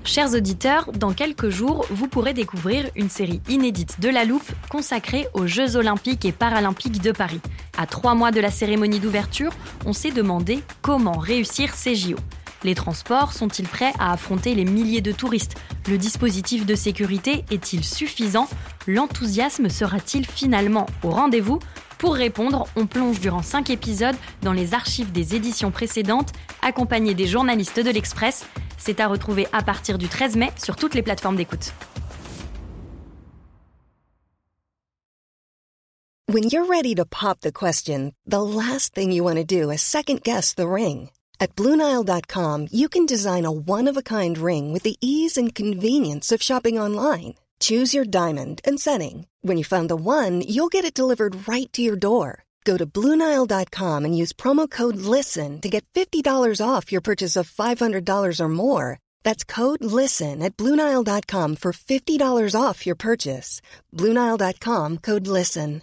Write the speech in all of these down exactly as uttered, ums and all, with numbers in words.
Chers auditeurs, dans quelques jours, vous pourrez découvrir une série inédite de La Loupe consacrée aux Jeux Olympiques et Paralympiques de Paris. À trois mois de la cérémonie d'ouverture, on s'est demandé comment réussir ces J O. Les transports sont-ils prêts à affronter les milliers de touristes ? Le dispositif de sécurité est-il suffisant ? L'enthousiasme sera-t-il finalement au rendez-vous ? Pour répondre, on plonge durant cinq épisodes dans les archives des éditions précédentes, accompagnés des journalistes de l'Express. C'est à retrouver à partir du treize mai sur toutes les plateformes d'écoute. When you're ready to pop the question, the last thing you want to do is second-guess the ring. At Blue Nile dot com, you can design a one-of-a-kind ring with the ease and convenience of shopping online. Choose your diamond and setting. When you find the one, you'll get it delivered right to your door. Go to Blue Nile dot com and use promo code LISTEN to get fifty dollars off your purchase of five hundred dollars or more. That's code LISTEN at Blue Nile dot com for fifty dollars off your purchase. Blue Nile dot com, code LISTEN.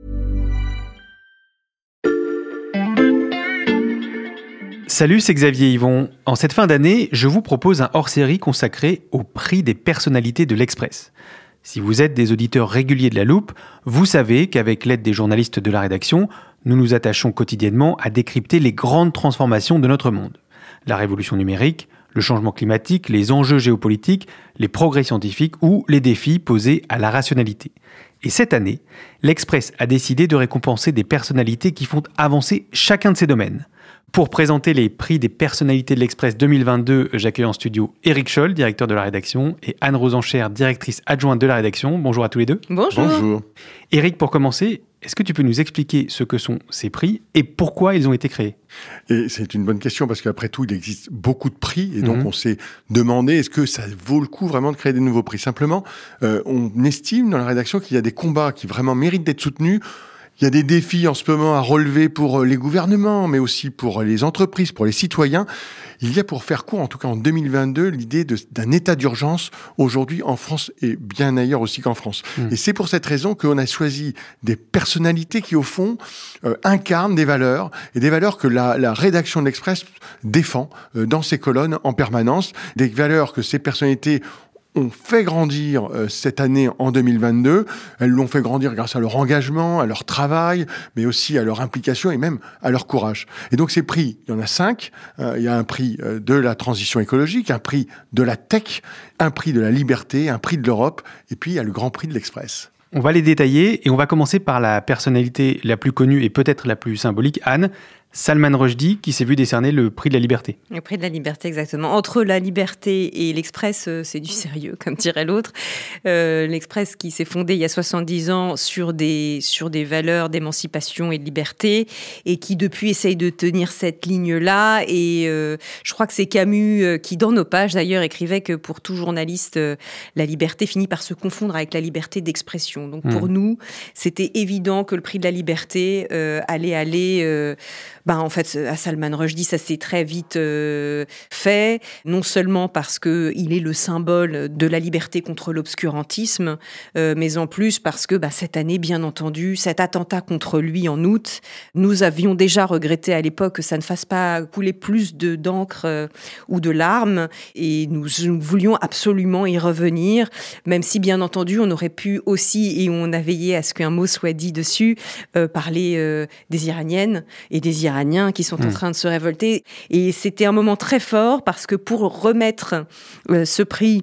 Salut, c'est Xavier Yvon. En cette fin d'année, je vous propose un hors-série consacré au prix des personnalités de l'Express. Si vous êtes des auditeurs réguliers de La Loupe, vous savez qu'avec l'aide des journalistes de la rédaction, nous nous attachons quotidiennement à décrypter les grandes transformations de notre monde. La révolution numérique, le changement climatique, les enjeux géopolitiques, les progrès scientifiques ou les défis posés à la rationalité. Et cette année, l'Express a décidé de récompenser des personnalités qui font avancer chacun de ces domaines. Pour présenter les prix des personnalités de l'Express deux mille vingt-deux, j'accueille en studio Éric Scholl, directeur de la rédaction, et Anne-Rose Ancher, directrice adjointe de la rédaction. Bonjour à tous les deux. Bonjour. Bonjour. Éric, pour commencer, est-ce que tu peux nous expliquer ce que sont ces prix et pourquoi ils ont été créés ? Et c'est une bonne question parce qu'après tout, il existe beaucoup de prix et donc mmh. on s'est demandé est-ce que ça vaut le coup vraiment de créer des nouveaux prix ? Simplement, euh, on estime dans la rédaction qu'il y a des combats qui vraiment méritent d'être soutenus. Il y a des défis en ce moment à relever pour les gouvernements, mais aussi pour les entreprises, pour les citoyens. Il y a, pour faire court, en tout cas en deux mille vingt-deux, l'idée de, d'un état d'urgence aujourd'hui en France et bien ailleurs aussi qu'en France. Mmh. Et c'est pour cette raison qu'on a choisi des personnalités qui, au fond, euh, incarnent des valeurs, et des valeurs que la, la rédaction de l'Express défend euh, dans ses colonnes en permanence, des valeurs que ces personnalités ont fait grandir euh, cette année en deux mille vingt-deux. Elles l'ont fait grandir grâce à leur engagement, à leur travail, mais aussi à leur implication et même à leur courage. Et donc ces prix, il y en a cinq. Euh, il y a un prix euh, de la transition écologique, un prix de la tech, un prix de la liberté, un prix de l'Europe, et puis il y a le grand prix de l'Express. On va les détailler et on va commencer par la personnalité la plus connue et peut-être la plus symbolique, Anne. Salman Rushdie, qui s'est vu décerner le prix de la liberté. Le prix de la liberté, exactement. Entre la liberté et l'Express, c'est du sérieux, comme dirait l'autre. Euh, L'Express qui s'est fondé il y a soixante-dix ans sur des, sur des valeurs d'émancipation et de liberté et qui, depuis, essaye de tenir cette ligne-là. Et euh, je crois que c'est Camus euh, qui, dans nos pages, d'ailleurs, écrivait que pour tout journaliste, euh, la liberté finit par se confondre avec la liberté d'expression. Donc, pour mmh. nous, c'était évident que le prix de la liberté euh, allait aller... Euh, Ben, en fait, à Salman Rushdie, ça s'est très vite euh, fait, non seulement parce qu'il est le symbole de la liberté contre l'obscurantisme, euh, mais en plus parce que bah, cette année, bien entendu, cet attentat contre lui en août, nous avions déjà regretté à l'époque que ça ne fasse pas couler plus de, d'encre euh, ou de larmes, et nous, nous voulions absolument y revenir, même si, bien entendu, on aurait pu aussi, et on a veillé à ce qu'un mot soit dit dessus, euh, parler euh, des Iraniennes et des Iraniens qui sont en train de se révolter. Et c'était un moment très fort parce que pour remettre euh, ce prix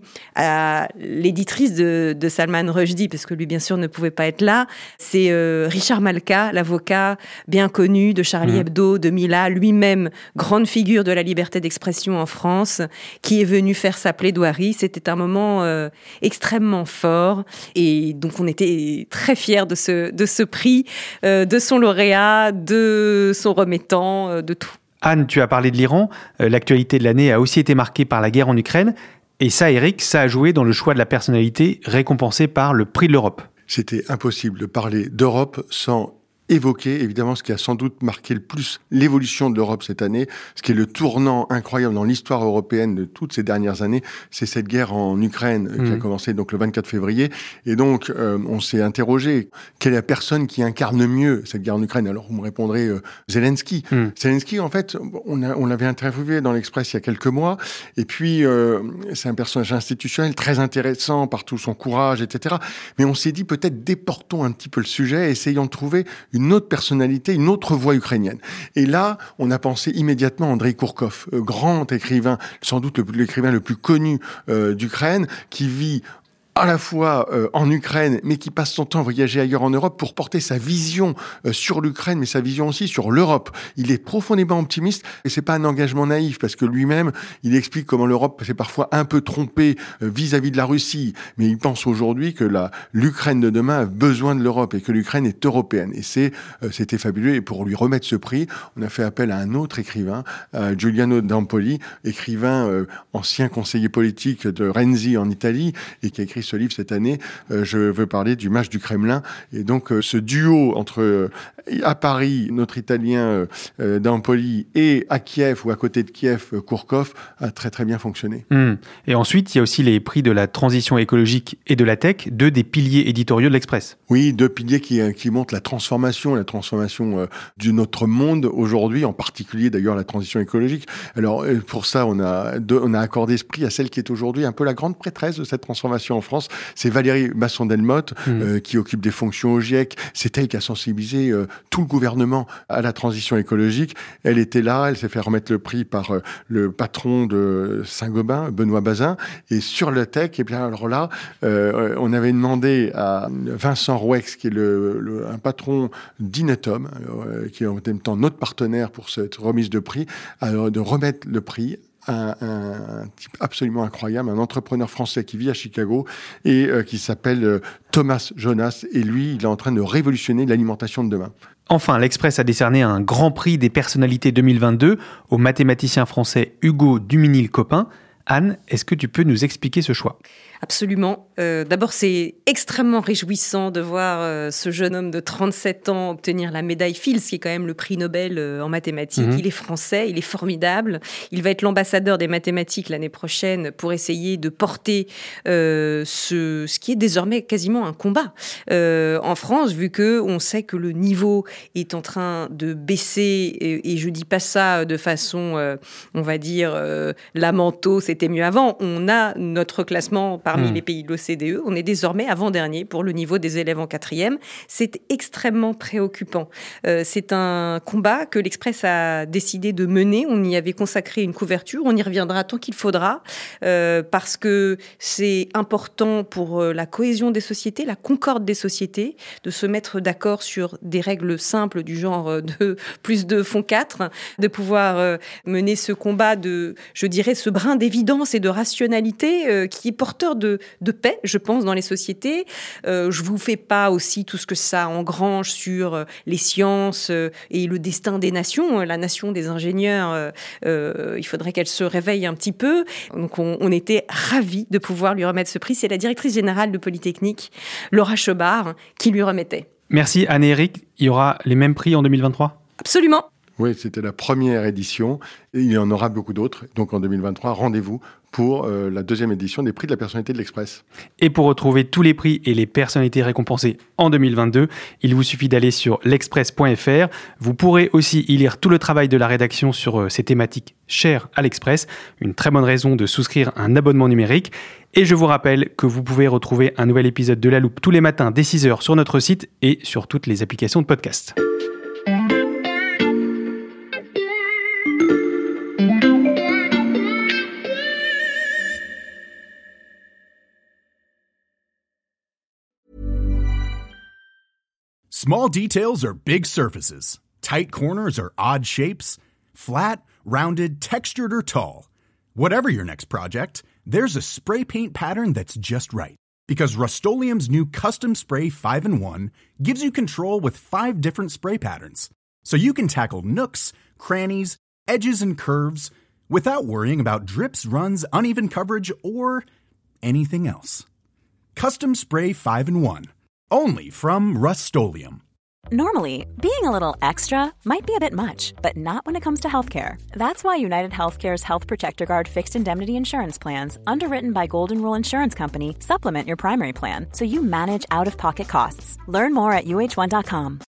à l'éditrice de, de Salman Rushdie, parce que lui, bien sûr, ne pouvait pas être là, c'est euh, Richard Malka, l'avocat bien connu de Charlie mmh. Hebdo, de Mila, lui-même grande figure de la liberté d'expression en France, qui est venu faire sa plaidoirie. C'était un moment euh, extrêmement fort. Et donc, on était très fiers de ce, de ce prix, euh, de son lauréat, de son remettant, de tout. Anne, tu as parlé de l'Iran. L'actualité de l'année a aussi été marquée par la guerre en Ukraine. Et ça, Éric, ça a joué dans le choix de la personnalité récompensée par le prix de l'Europe. C'était impossible de parler d'Europe sans évoquer évidemment ce qui a sans doute marqué le plus l'évolution de l'Europe cette année, ce qui est le tournant incroyable dans l'histoire européenne de toutes ces dernières années, c'est cette guerre en Ukraine mmh. qui a commencé donc le vingt-quatre février. Et donc, euh, on s'est interrogé, quelle est la personne qui incarne le mieux cette guerre en Ukraine? Alors, vous me répondrez, euh, Zelensky. Mmh. Zelensky, en fait, on, a, on l'avait interviewé dans l'Express il y a quelques mois, et puis euh, c'est un personnage institutionnel très intéressant par tout son courage, et cetera. Mais on s'est dit, peut-être déportons un petit peu le sujet, essayons de trouver une autre personnalité, une autre voix ukrainienne. Et là, on a pensé immédiatement à Andrei Kourkov, euh, grand écrivain, sans doute le, l'écrivain le plus connu euh, d'Ukraine, qui vit à la fois euh, en Ukraine, mais qui passe son temps à voyager ailleurs en Europe pour porter sa vision euh, sur l'Ukraine, mais sa vision aussi sur l'Europe. Il est profondément optimiste, et c'est pas un engagement naïf, parce que lui-même, il explique comment l'Europe s'est parfois un peu trompée euh, vis-à-vis de la Russie, mais il pense aujourd'hui que la, l'Ukraine de demain a besoin de l'Europe, et que l'Ukraine est européenne. Et c'est, euh, c'était fabuleux, et pour lui remettre ce prix, on a fait appel à un autre écrivain, euh, Giuliano D'Ampoli, écrivain, euh, ancien conseiller politique de Renzi en Italie, et qui a écrit ce livre cette année. Euh, je veux parler du match du Kremlin. Et donc, euh, ce duo entre, euh, à Paris, notre Italien euh, D'Ampoli, et à Kiev, ou à côté de Kiev, euh, Kourkov, a très très bien fonctionné. Mmh. Et ensuite, il y a aussi les prix de la transition écologique et de la tech, deux des piliers éditoriaux de l'Express. Oui, deux piliers qui, qui montrent la transformation, la transformation euh, de notre monde aujourd'hui, en particulier d'ailleurs la transition écologique. Alors, euh, pour ça, on a, deux, on a accordé ce prix à celle qui est aujourd'hui un peu la grande prêtresse de cette transformation en France. C'est Valérie Masson-Delmotte, mmh. euh, qui occupe des fonctions au GIEC. C'est elle qui a sensibilisé euh, tout le gouvernement à la transition écologique. Elle était là, elle s'est fait remettre le prix par euh, le patron de Saint-Gobain, Benoît Bazin. Et sur la tech, et bien alors là, euh, on avait demandé à Vincent Rouex, qui est le, le, un patron d'Inetum, euh, qui est en même temps notre partenaire pour cette remise de prix, alors de remettre le prix Un, un, un type absolument incroyable, un entrepreneur français qui vit à Chicago et euh, qui s'appelle euh, Thomas Jonas. Et lui, il est en train de révolutionner l'alimentation de demain. Enfin, l'Express a décerné un grand prix des personnalités deux mille vingt-deux au mathématicien français Hugo Duminil-Copin. Anne, est-ce que tu peux nous expliquer ce choix ? Absolument. Euh, d'abord, c'est extrêmement réjouissant de voir euh, ce jeune homme de trente-sept ans obtenir la médaille Fields, qui est quand même le prix Nobel euh, en mathématiques. Mmh. Il est français, il est formidable. Il va être l'ambassadeur des mathématiques l'année prochaine pour essayer de porter euh, ce, ce qui est désormais quasiment un combat euh, en France, vu qu'on sait que le niveau est en train de baisser. Et, et je ne dis pas ça de façon, euh, on va dire, euh, lamento, c'était mieux avant. On a notre classement par Parmi mmh. les pays de l'O C D E, on est désormais avant-dernier pour le niveau des élèves en quatrième. C'est extrêmement préoccupant. Euh, c'est un combat que l'Express a décidé de mener. On y avait consacré une couverture. On y reviendra tant qu'il faudra, euh, parce que c'est important pour la cohésion des sociétés, la concorde des sociétés, de se mettre d'accord sur des règles simples du genre de plus deux font quatre, de pouvoir euh, mener ce combat de, je dirais, ce brin d'évidence et de rationalité euh, qui est porteur de De, de paix, je pense, dans les sociétés. Euh, je ne vous fais pas aussi tout ce que ça engrange sur euh, les sciences euh, et le destin des nations. La nation des ingénieurs, euh, euh, il faudrait qu'elle se réveille un petit peu. Donc, on, on était ravis de pouvoir lui remettre ce prix. C'est la directrice générale de Polytechnique, Laura Chebard, qui lui remettait. Merci Anne et Eric. Il y aura les mêmes prix en deux mille vingt-trois ? Absolument. Oui, c'était la première édition et il y en aura beaucoup d'autres. Donc en deux mille vingt-trois, rendez-vous pour euh, la deuxième édition des prix de la personnalité de l'Express. Et pour retrouver tous les prix et les personnalités récompensées en deux mille vingt-deux, il vous suffit d'aller sur l'express point f r. Vous pourrez aussi y lire tout le travail de la rédaction sur euh, ces thématiques chères à l'Express. Une très bonne raison de souscrire un abonnement numérique. Et je vous rappelle que vous pouvez retrouver un nouvel épisode de La Loupe tous les matins dès six heures sur notre site et sur toutes les applications de podcast. Small details are big surfaces. Tight corners are odd shapes. Flat, rounded, textured, or tall. Whatever your next project, there's a spray paint pattern that's just right. Because Rust-Oleum's new Custom Spray five in one gives you control with five different spray patterns. So you can tackle nooks, crannies, edges, and curves without worrying about drips, runs, uneven coverage, or anything else. Custom Spray five in one. Only from Rust-Oleum. Normally, being a little extra might be a bit much, but not when it comes to healthcare. That's why United Healthcare's Health Protector Guard fixed indemnity insurance plans, underwritten by Golden Rule Insurance Company, supplement your primary plan so you manage out-of-pocket costs. Learn more at U H one dot com.